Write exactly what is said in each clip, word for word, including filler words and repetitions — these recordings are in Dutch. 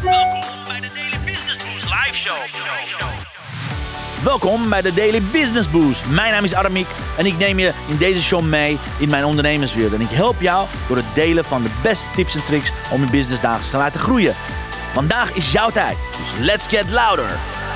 bij de Daily Business Boost live show. Welkom bij de Daily Business Boost. Mijn naam is Aramik en ik neem je in deze show mee in mijn ondernemerswereld. En ik help jou door het delen van de beste tips en tricks om je business dagelijks te laten groeien. Vandaag is jouw tijd, dus let's get louder.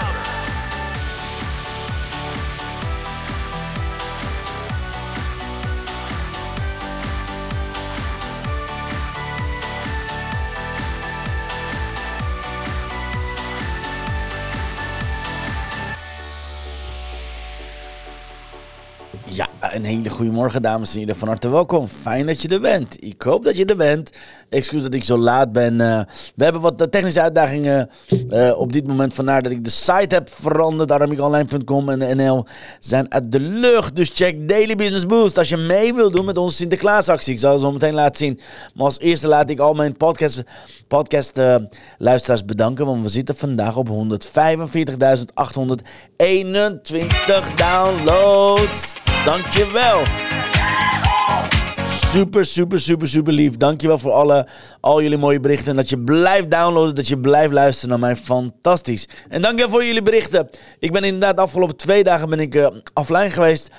Ja, een hele goede morgen, dames en heren. Van harte welkom. Fijn dat je er bent. Ik hoop dat je er bent. Excuus dat ik zo laat ben. Uh, we hebben wat technische uitdagingen uh, op dit moment. Vandaar dat ik de site heb veranderd. aramik online punt com en de N L zijn uit de lucht. Dus check Daily Business Boost als je mee wilt doen met onze Sinterklaasactie. Ik zal het zo meteen laten zien. Maar als eerste laat ik al mijn podcast, podcast uh, luisteraars bedanken. Want we zitten vandaag op honderdvijfenveertigduizend achthonderdeenentwintig downloads. Dankjewel. Super, super, super, super lief. Dankjewel voor alle, al jullie mooie berichten. En dat je blijft downloaden, dat je blijft luisteren naar mij. Fantastisch. En dankjewel voor jullie berichten. Ik ben inderdaad de afgelopen twee dagen ben ik uh, offline geweest.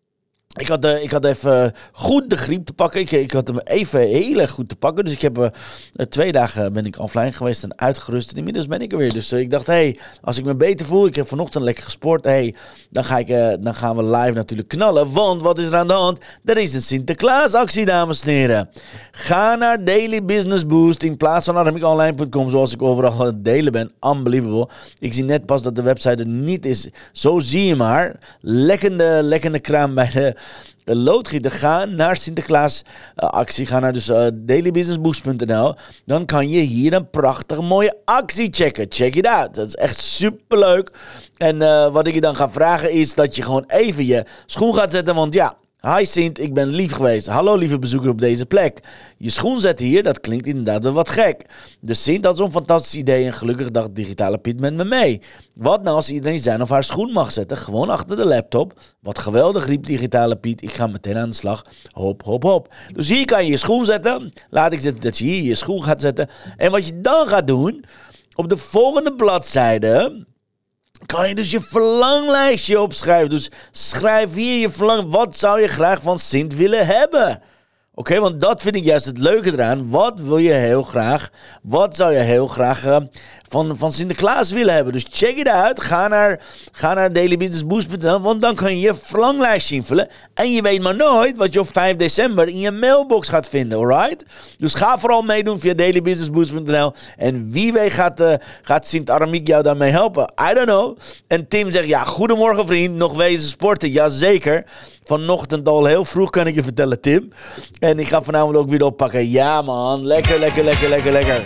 Ik had, uh, ik had even uh, goed de griep te pakken. Ik, ik had hem even heel erg goed te pakken. Dus ik heb uh, twee dagen ben ik offline geweest en uitgerust. En inmiddels ben ik er weer. Dus uh, ik dacht, hé, hey, als ik me beter voel. Ik heb vanochtend lekker gesport. Hey, dan, ga ik, uh, dan gaan we live natuurlijk knallen. Want wat is er aan de hand? Er is een Sinterklaasactie, dames en heren. Ga naar Daily Business Boost in plaats van aramik online punt com. Zoals ik overal aan het delen ben. Unbelievable. Ik zie net pas dat de website er niet is. Zo zie je maar. Lekkende, lekkende kraam bij de... De loodgieter, ga naar Sinterklaas uh, actie. Ga naar dus uh, daily business boost punt n l. Dan kan je hier een prachtige mooie actie checken. Check it out. Dat is echt superleuk. En uh, wat ik je dan ga vragen is dat je gewoon even je schoen gaat zetten. Want ja, hi Sint, ik ben lief geweest. Hallo lieve bezoeker op deze plek. Je schoen zetten hier, dat klinkt inderdaad wel wat gek. Dus Sint had zo'n fantastisch idee en gelukkig dacht Digitale Piet met me mee. Wat nou als iedereen zijn of haar schoen mag zetten, gewoon achter de laptop. Wat geweldig, riep Digitale Piet. Ik ga meteen aan de slag. Hop, hop, hop. Dus hier kan je je schoen zetten. Laat ik zetten dat je hier je schoen gaat zetten. En wat je dan gaat doen, op de volgende bladzijde kan je dus je verlanglijstje opschrijven. Dus schrijf hier je verlang. Wat zou je graag van Sint willen hebben? Oké, okay, want dat vind ik juist het leuke eraan. Wat wil je heel graag? Wat zou je heel graag uh, van, van Sinterklaas willen hebben? Dus check it out. Ga naar, ga naar daily business boost punt n l. Want dan kan je je verlanglijstje invullen. En je weet maar nooit wat je op vijf december in je mailbox gaat vinden. Alright? Dus ga vooral meedoen via daily business boost punt n l. En wie weet gaat, uh, gaat Sint Aramik jou daarmee helpen. I don't know. En Tim zegt, ja, goedemorgen vriend. Nog wezen sporten. Jazeker. Vanochtend al heel vroeg kan ik je vertellen, Tim. En ik ga vanavond ook weer oppakken. Ja man, lekker, lekker, lekker, lekker, lekker.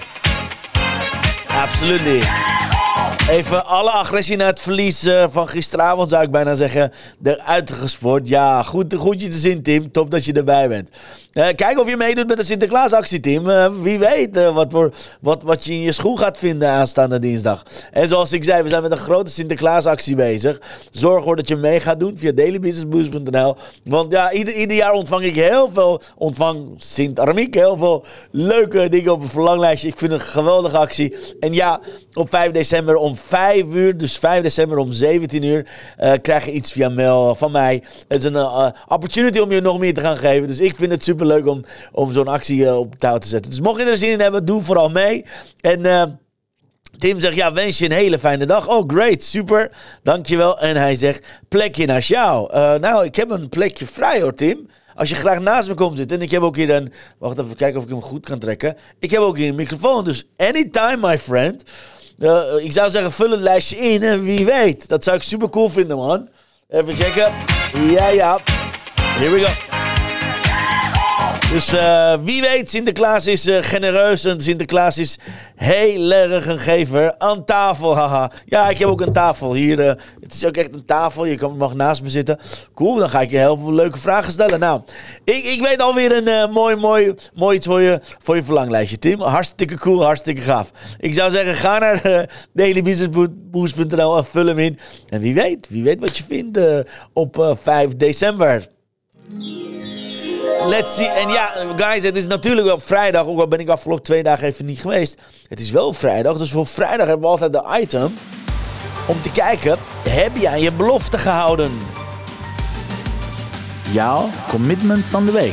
Absoluut. Even alle agressie naar het verlies uh, van gisteravond, zou ik bijna zeggen, eruit gesport. Ja, goed, goed je te zien, Tim. Top dat je erbij bent. Uh, kijk of je meedoet met de Sinterklaasactie, Tim. Uh, wie weet uh, wat, voor, wat, wat je in je schoen gaat vinden aanstaande dinsdag. En zoals ik zei, we zijn met een grote Sinterklaasactie bezig. Zorg ervoor dat je mee gaat doen via daily business boost punt n l. Want ja, ieder, ieder jaar ontvang ik heel veel, ontvang Sint Aramik heel veel leuke dingen op een verlanglijstje. Ik vind het een geweldige actie. En ja, op vijf december om vijf uur, dus vijf december om zeventien uur, uh, krijg je iets via mail van mij. Het is een uh, opportunity om je nog meer te gaan geven. Dus ik vind het super leuk om, om zo'n actie uh, op touw te zetten. Dus mocht je er zin in hebben, doe vooral mee. En uh, Tim zegt, ja, wens je een hele fijne dag. Oh, great, super, dankjewel. En hij zegt, plekje naast jou. Uh, nou, ik heb een plekje vrij hoor, Tim. Als je graag naast me komt zitten. En ik heb ook hier een, wacht even kijken of ik hem goed kan trekken. Ik heb ook hier een microfoon, dus anytime, my friend. Uh, ik zou zeggen, vul het lijstje in en wie weet. Dat zou ik super cool vinden, man. Even checken. Ja, ja. Here we go. Dus uh, wie weet, Sinterklaas is uh, genereus en Sinterklaas is heel erg een gever. Aan tafel, haha. Ja, ik heb ook een tafel hier. Uh, het is ook echt een tafel, je kan, mag naast me zitten. Cool, dan ga ik je heel veel leuke vragen stellen. Nou, ik, ik weet alweer een uh, mooi, mooi, mooi iets voor je, voor je verlanglijstje, Tim. Hartstikke cool, hartstikke gaaf. Ik zou zeggen, ga naar uh, daily business boost punt n l en vul hem in. En wie weet, wie weet wat je vindt uh, op uh, vijf december. Let's see. En ja, guys, het is natuurlijk wel vrijdag. Ook al ben ik afgelopen twee dagen even niet geweest. Het is wel vrijdag. Dus voor vrijdag hebben we altijd de item om te kijken, heb je aan je belofte gehouden? Jouw commitment van de week.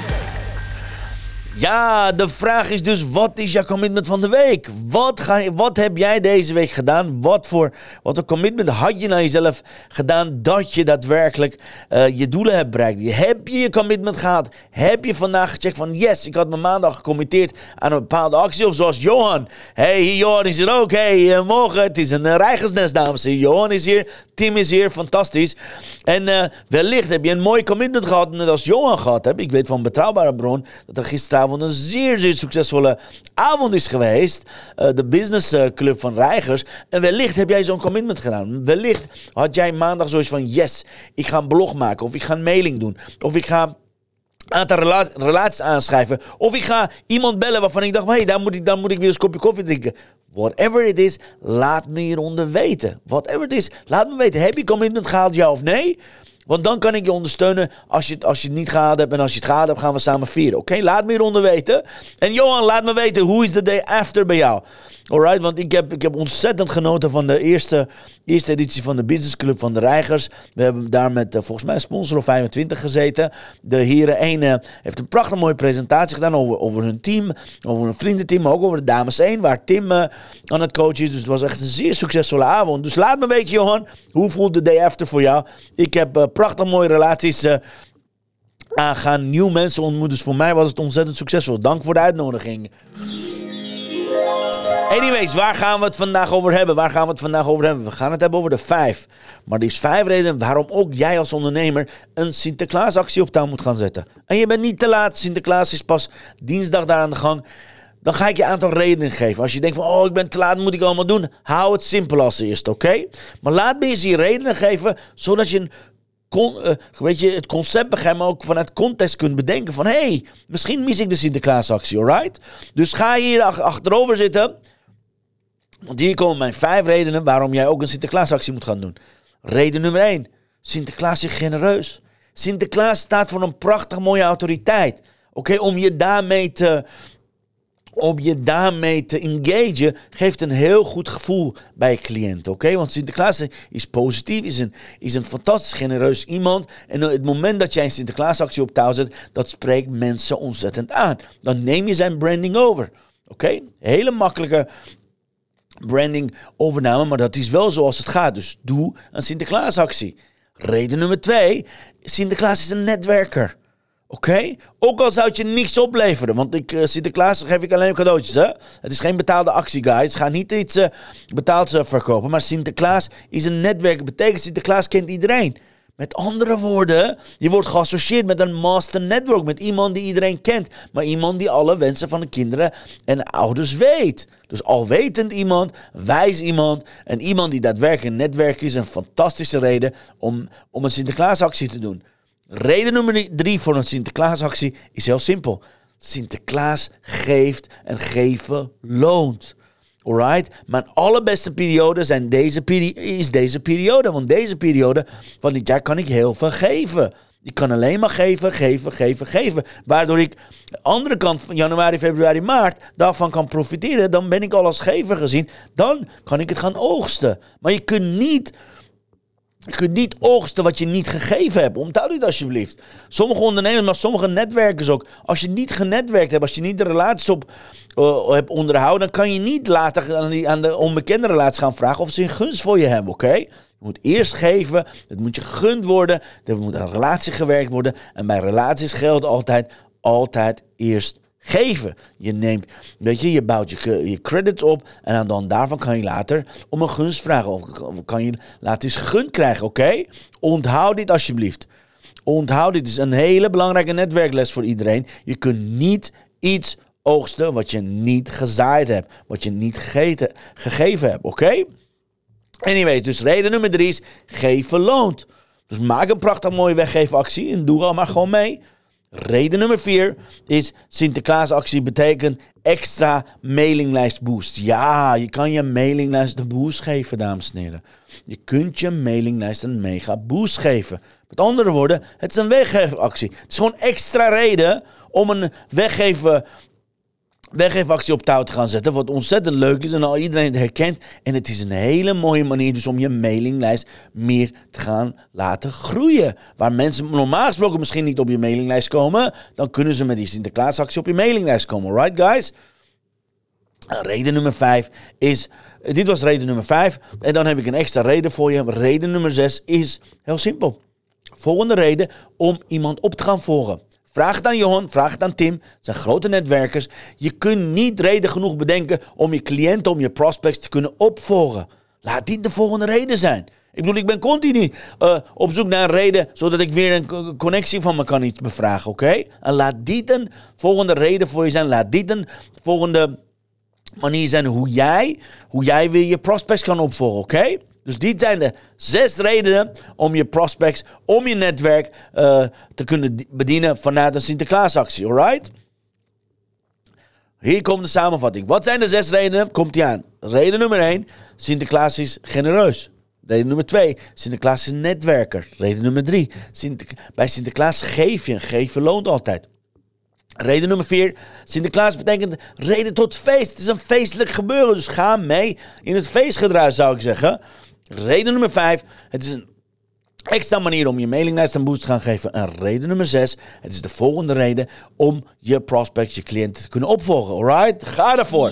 Ja, de vraag is dus, wat is jouw commitment van de week? Wat, ga je, wat heb jij deze week gedaan? Wat voor, wat voor commitment had je naar jezelf gedaan dat je daadwerkelijk uh, je doelen hebt bereikt? Heb je je commitment gehad? Heb je vandaag gecheckt van, yes, ik had me maandag gecommitteerd aan een bepaalde actie? Of zoals Johan. Hey, Johan is er ook. Hey, uh, morgen, het is een uh, reigersnest, dames en heren. Johan is hier, Tim is hier, fantastisch. En uh, wellicht heb je een mooi commitment gehad, net als Johan gehad hebt. Ik weet van betrouwbare bron dat er gisteravond een zeer, zeer succesvolle avond is geweest. Uh, de business uh, club van Reigers. En wellicht heb jij zo'n commitment gedaan. Wellicht had jij maandag zoiets van, yes, ik ga een blog maken. Of ik ga een mailing doen. Of ik ga een aantal rela- relaties aanschrijven. Of ik ga iemand bellen waarvan ik dacht, hé, hey, daar moet ik, daar moet ik weer eens een kopje koffie drinken. Whatever it is, laat me hieronder weten. Whatever it is, laat me weten. Heb je commitment gehaald, ja of nee? Want dan kan ik je ondersteunen als je, het, als je het niet gehaald hebt. En als je het gehaald hebt, gaan we samen vieren. Oké, okay? Laat me hieronder weten. En Johan, laat me weten, hoe is de day after bij jou? Alright, want ik heb, ik heb ontzettend genoten van de eerste, eerste editie van de Business Club van de Reigers. We hebben daar met uh, volgens mij een sponsor of vijfentwintig gezeten. De heren één uh, heeft een prachtig mooie presentatie gedaan over, over hun team. Over hun vriendenteam, maar ook over de dames één, waar Tim uh, aan het coachen is. Dus het was echt een zeer succesvolle avond. Dus laat me weten, Johan, hoe voelt de day after voor jou? Ik heb uh, prachtig mooie relaties uh, aangaan, nieuwe mensen ontmoeten. Dus voor mij was het ontzettend succesvol. Dank voor de uitnodiging. Anyways, waar gaan we het vandaag over hebben? Waar gaan we het vandaag over hebben? We gaan het hebben over de vijf. Maar er is vijf redenen waarom ook jij als ondernemer een Sinterklaasactie op touw moet gaan zetten. En je bent niet te laat. Sinterklaas is pas dinsdag daar aan de gang. Dan ga ik je een aantal redenen geven. Als je denkt van, oh, ik ben te laat, moet ik allemaal doen? Hou het simpel als eerste, oké? Okay? Maar laat me eens die redenen geven, zodat je een Con, uh, weet je, het concept begrijpt, maar ook vanuit context kunt bedenken van, hé, hey, misschien mis ik de Sinterklaasactie, alright? Dus ga hier ach- achterover zitten. Want hier komen mijn vijf redenen waarom jij ook een Sinterklaasactie moet gaan doen. Reden nummer één. Sinterklaas is genereus. Sinterklaas staat voor een prachtig mooie autoriteit. Oké, okay, om je daarmee te... Om je daarmee te engagen, geeft een heel goed gevoel bij je cliënt. Oké? Okay? Want Sinterklaas is positief, is een, is een fantastisch genereus iemand. En op het moment dat jij een Sinterklaasactie op touw zet, dat spreekt mensen ontzettend aan. Dan neem je zijn branding over. Oké? Okay? Hele makkelijke branding overname, maar dat is wel zoals het gaat. Dus doe een Sinterklaasactie. Reden nummer twee, Sinterklaas is een netwerker. Oké? Okay? Ook al zou het je niks opleveren. Want ik, uh, Sinterklaas geef ik alleen cadeautjes. Hè? Het is geen betaalde actie, guys. Ga niet iets uh, betaald uh, verkopen. Maar Sinterklaas is een netwerk. Dat betekent Sinterklaas kent iedereen. Met andere woorden, je wordt geassocieerd met een master network. Met iemand die iedereen kent. Maar iemand die alle wensen van de kinderen en ouders weet. Dus alwetend iemand, wijs iemand. En iemand die daadwerkelijk een netwerk is. Een fantastische reden om, om een Sinterklaasactie te doen. Reden nummer drie voor een Sinterklaasactie is heel simpel. Sinterklaas geeft en geven loont. Alright? Mijn allerbeste periode zijn deze peri- is deze periode. Want deze periode van dit jaar kan ik heel veel geven. Ik kan alleen maar geven, geven, geven, geven. Waardoor ik de andere kant van januari, februari, maart daarvan kan profiteren. Dan ben ik al als gever gezien. Dan kan ik het gaan oogsten. Maar je kunt niet... Je kunt niet oogsten wat je niet gegeven hebt. Onthoud dit alsjeblieft. Sommige ondernemers, maar sommige netwerkers ook. Als je niet genetwerkt hebt, als je niet de relaties op uh, hebt onderhouden, dan kan je niet later aan, die, aan de onbekende relaties gaan vragen of ze een gunst voor je hebben, oké? Okay? Je moet eerst geven, het moet je gegund worden, er moet aan relatie gewerkt worden. En bij relaties geldt altijd, altijd eerst geven. Je neemt, weet je, je bouwt je, je credits op en dan, dan daarvan kan je later om een gunst vragen. Of, of kan je later eens gegund krijgen, oké? Okay? Onthoud dit alsjeblieft. Onthoud dit. Dit is een hele belangrijke netwerkles voor iedereen. Je kunt niet iets oogsten wat je niet gezaaid hebt. Wat je niet gegeten, gegeven hebt, oké? Okay? Anyways, dus reden nummer drie is geven loont. Dus maak een prachtig mooie weggeefactie en doe er maar gewoon mee. Reden nummer vier is Sinterklaasactie betekent extra mailinglijst boost. Ja, je kan je mailinglijst een boost geven, dames en heren. Je kunt je mailinglijst een mega boost geven. Met andere woorden, het is een weggeefactie. Het is gewoon extra reden om een weggeven, weggeefactie op touw te gaan zetten. Wat ontzettend leuk is en al iedereen het herkent. En het is een hele mooie manier dus om je mailinglijst meer te gaan laten groeien. Waar mensen normaal gesproken misschien niet op je mailinglijst komen, dan kunnen ze met die Sinterklaasactie op je mailinglijst komen. Right, guys? Reden nummer vijf is... Dit was reden nummer vijf. En dan heb ik een extra reden voor je. Reden nummer zes is heel simpel. Volgende reden om iemand op te gaan volgen. Vraag het aan Johan, vraag het aan Tim. Het zijn grote netwerkers. Je kunt niet reden genoeg bedenken om je cliënten, om je prospects te kunnen opvolgen. Laat dit de volgende reden zijn. Ik bedoel, ik ben continu uh, op zoek naar een reden, zodat ik weer een connectie van me kan iets bevragen, oké? Okay? En laat dit een volgende reden voor je zijn. Laat dit een volgende manier zijn hoe jij, hoe jij weer je prospects kan opvolgen, oké? Okay? Dus dit zijn de zes redenen om je prospects, om je netwerk uh, te kunnen bedienen vanuit een Sinterklaasactie, alright? Hier komt de samenvatting. Wat zijn de zes redenen? Komt die aan. Reden nummer één, Sinterklaas is genereus. Reden nummer twee, Sinterklaas is een netwerker. Reden nummer drie, Sinter- bij Sinterklaas geef je, geven loont altijd. Reden nummer vier, Sinterklaas betekent reden tot feest. Het is een feestelijk gebeuren, dus ga mee in het feestgedruis, zou ik zeggen. Reden nummer vijf, het is een extra manier om je mailinglijst een boost te gaan geven. En reden nummer zes, het is de volgende reden om je prospects, je cliënten te kunnen opvolgen. Alright, ga ervoor.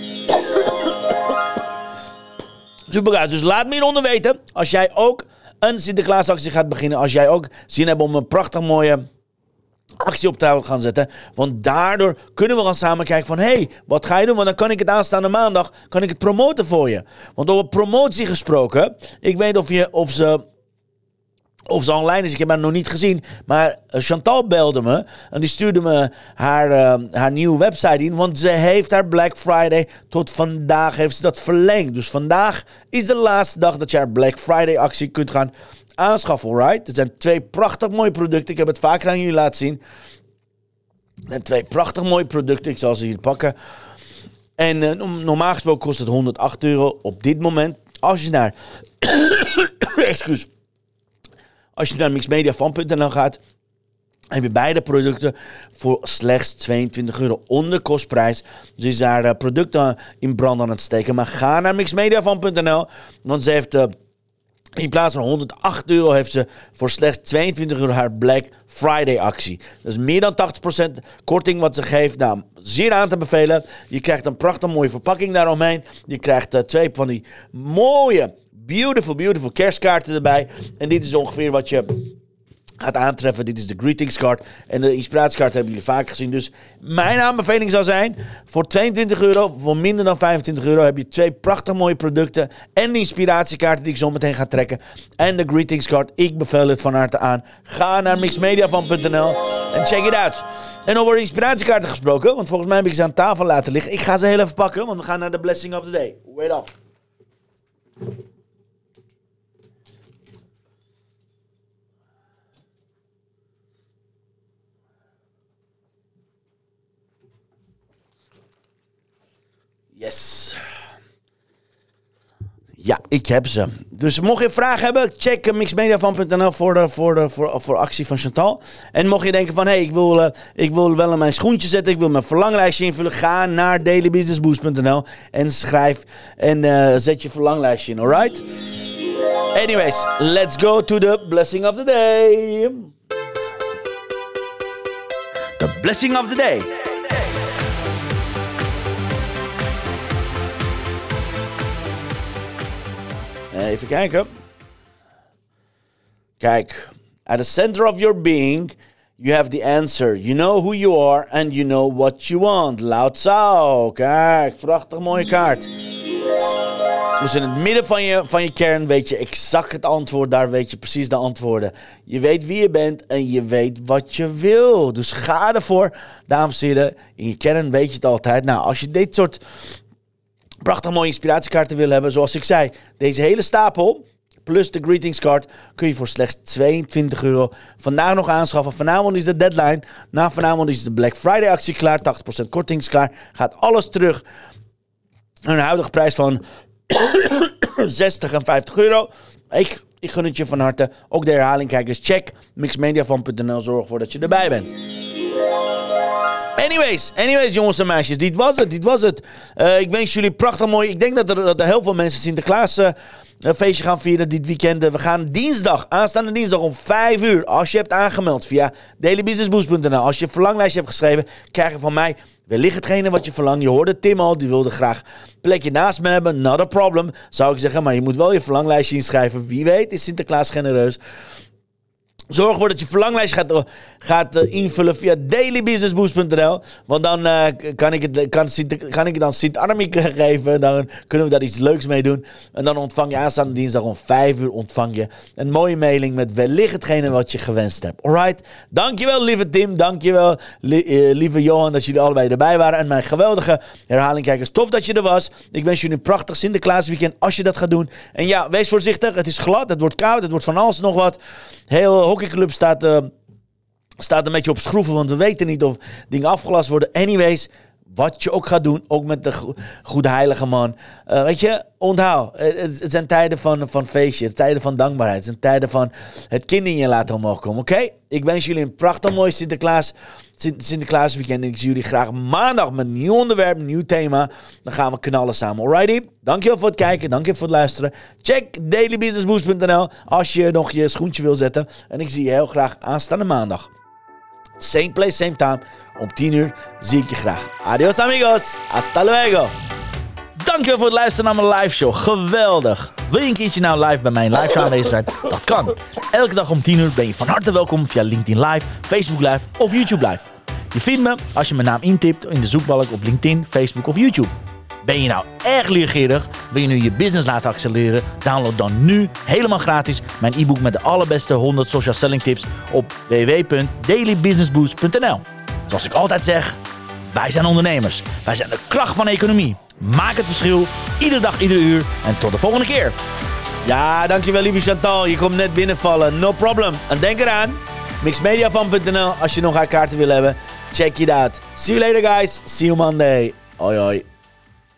Super, dus laat me hieronder weten als jij ook een Sinterklaasactie gaat beginnen. Als jij ook zin hebt om een prachtig mooie actie op touw gaan zetten. Want daardoor kunnen we gaan samen kijken van... hé, hey, wat ga je doen? Want dan kan ik het aanstaande maandag... kan ik het promoten voor je. Want over promotie gesproken... ik weet of, je, of ze... of ze online is, ik heb haar nog niet gezien. Maar Chantal belde me. En die stuurde me haar, uh, haar nieuwe website in. Want ze heeft haar Black Friday tot vandaag heeft ze dat verlengd. Dus vandaag is de laatste dag dat je haar Black Friday actie kunt gaan aanschaffen, alright? Er zijn twee prachtig mooie producten. Ik heb het vaker aan jullie laten zien. En twee prachtig mooie producten. Ik zal ze hier pakken. En uh, normaal gesproken kost het honderdacht euro op dit moment. Als je naar... Excuus. Als je naar mixmediafan punt n l gaat, heb je beide producten voor slechts tweeëntwintig euro onder kostprijs. Dus is daar uh, producten in brand aan het steken. Maar ga naar mixmediafan punt n l, want ze heeft... Uh, in plaats van honderdacht euro heeft ze voor slechts tweeëntwintig euro haar Black Friday actie. Dat is meer dan tachtig procent korting wat ze geeft. Nou, zeer aan te bevelen. Je krijgt een prachtig mooie verpakking daaromheen. Je krijgt uh, twee van die mooie, beautiful, beautiful kerstkaarten erbij. En dit is ongeveer wat je gaat aantreffen. Dit is de greetingskaart. En de inspiratiekaart hebben jullie vaak gezien. Dus mijn aanbeveling zou zijn... voor tweeëntwintig euro, voor minder dan vijfentwintig euro... heb je twee prachtig mooie producten... en de inspiratiekaarten die ik zo meteen ga trekken... en de greetingskaart. Ik beveel het van harte aan. Ga naar mixmediafan punt n l en check it out. En over inspiratiekaarten gesproken... want volgens mij heb ik ze aan tafel laten liggen. Ik ga ze heel even pakken... want we gaan naar de blessing of the day. Wait up. Yes. Ja, ik heb ze. Dus mocht je vragen hebben, check mixmediafan punt n l voor de, voor, de, voor, voor actie van Chantal. En mocht je denken van, hé, hey, ik, wil, uh, ik wil wel in mijn schoentje zetten, ik wil mijn verlanglijstje invullen, ga naar daily business boost punt n l en schrijf en uh, zet je verlanglijstje in, alright? Anyways, let's go to the blessing of the day. The blessing of the day. Even kijken. Kijk. At the center of your being, you have the answer. You know who you are and you know what you want. Lao Tzu. Kijk, prachtig mooie kaart. Dus in het midden van je, van je kern weet je exact het antwoord. Daar weet je precies de antwoorden. Je weet wie je bent en je weet wat je wil. Dus ga ervoor, dames en heren. In je kern weet je het altijd. Nou, als je dit soort... prachtig mooie inspiratiekaarten willen hebben. Zoals ik zei, deze hele stapel plus de greetingskaart kun je voor slechts tweeëntwintig euro vandaag nog aanschaffen. Vanavond is de deadline. Na vanavond is de Black Friday actie klaar. tachtig procent korting is klaar. Gaat alles terug naar een huidige prijs van zestig en vijftig euro. Ik Ik gun het je van harte. Ook de herhaling kijkers. Check mixmediafan punt n l. Zorg ervoor dat je erbij bent. Anyways, anyways jongens en meisjes. Dit was het, dit was het. Uh, ik wens jullie prachtig mooi. Ik denk dat er, dat er heel veel mensen Sinterklaas uh, een feestje gaan vieren dit weekend. We gaan dinsdag, aanstaande dinsdag om vijf uur. Als je hebt aangemeld via daily business boost punt n l. Als je een verlanglijstje hebt geschreven, krijg je van mij wellicht hetgene wat je verlangt. Je hoorde Tim al, die wilde graag een plekje naast me hebben. Not a problem, zou ik zeggen. Maar je moet wel je verlanglijstje inschrijven. Wie weet is Sinterklaas genereus. Zorg ervoor dat je verlanglijst gaat, gaat uh, invullen via daily business boost punt n l. Want dan uh, kan, ik het, kan, kan ik het dan Sint-Armieke geven. Dan kunnen we daar iets leuks mee doen. En dan ontvang je aanstaande dinsdag om vijf uur ontvang je een mooie mailing met wellicht hetgene wat je gewenst hebt. Alright? Dankjewel lieve Tim. Dankjewel li- uh, lieve Johan dat jullie allebei erbij waren. En mijn geweldige herhalingkijkers. Tof dat je er was. Ik wens jullie een prachtig Sinterklaasweekend als je dat gaat doen. En ja, wees voorzichtig. Het is glad. Het wordt koud. Het wordt van alles nog wat. Heel hockeyclub staat, uh, staat een beetje op schroeven, want we weten niet of dingen afgelast worden. Anyways, wat je ook gaat doen, ook met de go- goede heilige man. Uh, weet je, onthoud, het, het zijn tijden van, van feestje, het tijden van dankbaarheid. Het zijn tijden van het kind in je laten omhoog komen, oké? Okay? Ik wens jullie een prachtig mooi Sinterklaas, Sinterklaas weekend. En ik zie jullie graag maandag met een nieuw onderwerp, een nieuw thema. Dan gaan we knallen samen, alrighty? Dankjewel voor het kijken, dankjewel voor het luisteren. Check daily business boost punt n l als je nog je schoentje wil zetten. En ik zie je heel graag aanstaande maandag. Same place, same time. Om tien uur zie ik je graag. Adios amigos. Hasta luego. Dankjewel voor het luisteren naar mijn live show. Geweldig. Wil je een keertje nou live bij mijn live show aanwezig zijn? Dat kan. Elke dag om tien uur ben je van harte welkom via LinkedIn Live, Facebook Live of YouTube Live. Je vindt me als je mijn naam intipt in de zoekbalk op LinkedIn, Facebook of YouTube. Ben je nou erg leergierig? Wil je nu je business laten accelereren? Download dan nu helemaal gratis mijn e-book met de allerbeste honderd social selling tips op w w w punt daily business boost punt n l. Zoals ik altijd zeg, wij zijn ondernemers. Wij zijn de kracht van de economie. Maak het verschil, iedere dag, iedere uur. En tot de volgende keer. Ja, dankjewel lieve Chantal. Je komt net binnenvallen. No problem. En denk eraan, mixmediafan punt n l als je nog haar kaarten wil hebben. Check it out. See you later guys. See you Monday. Hoi hoi.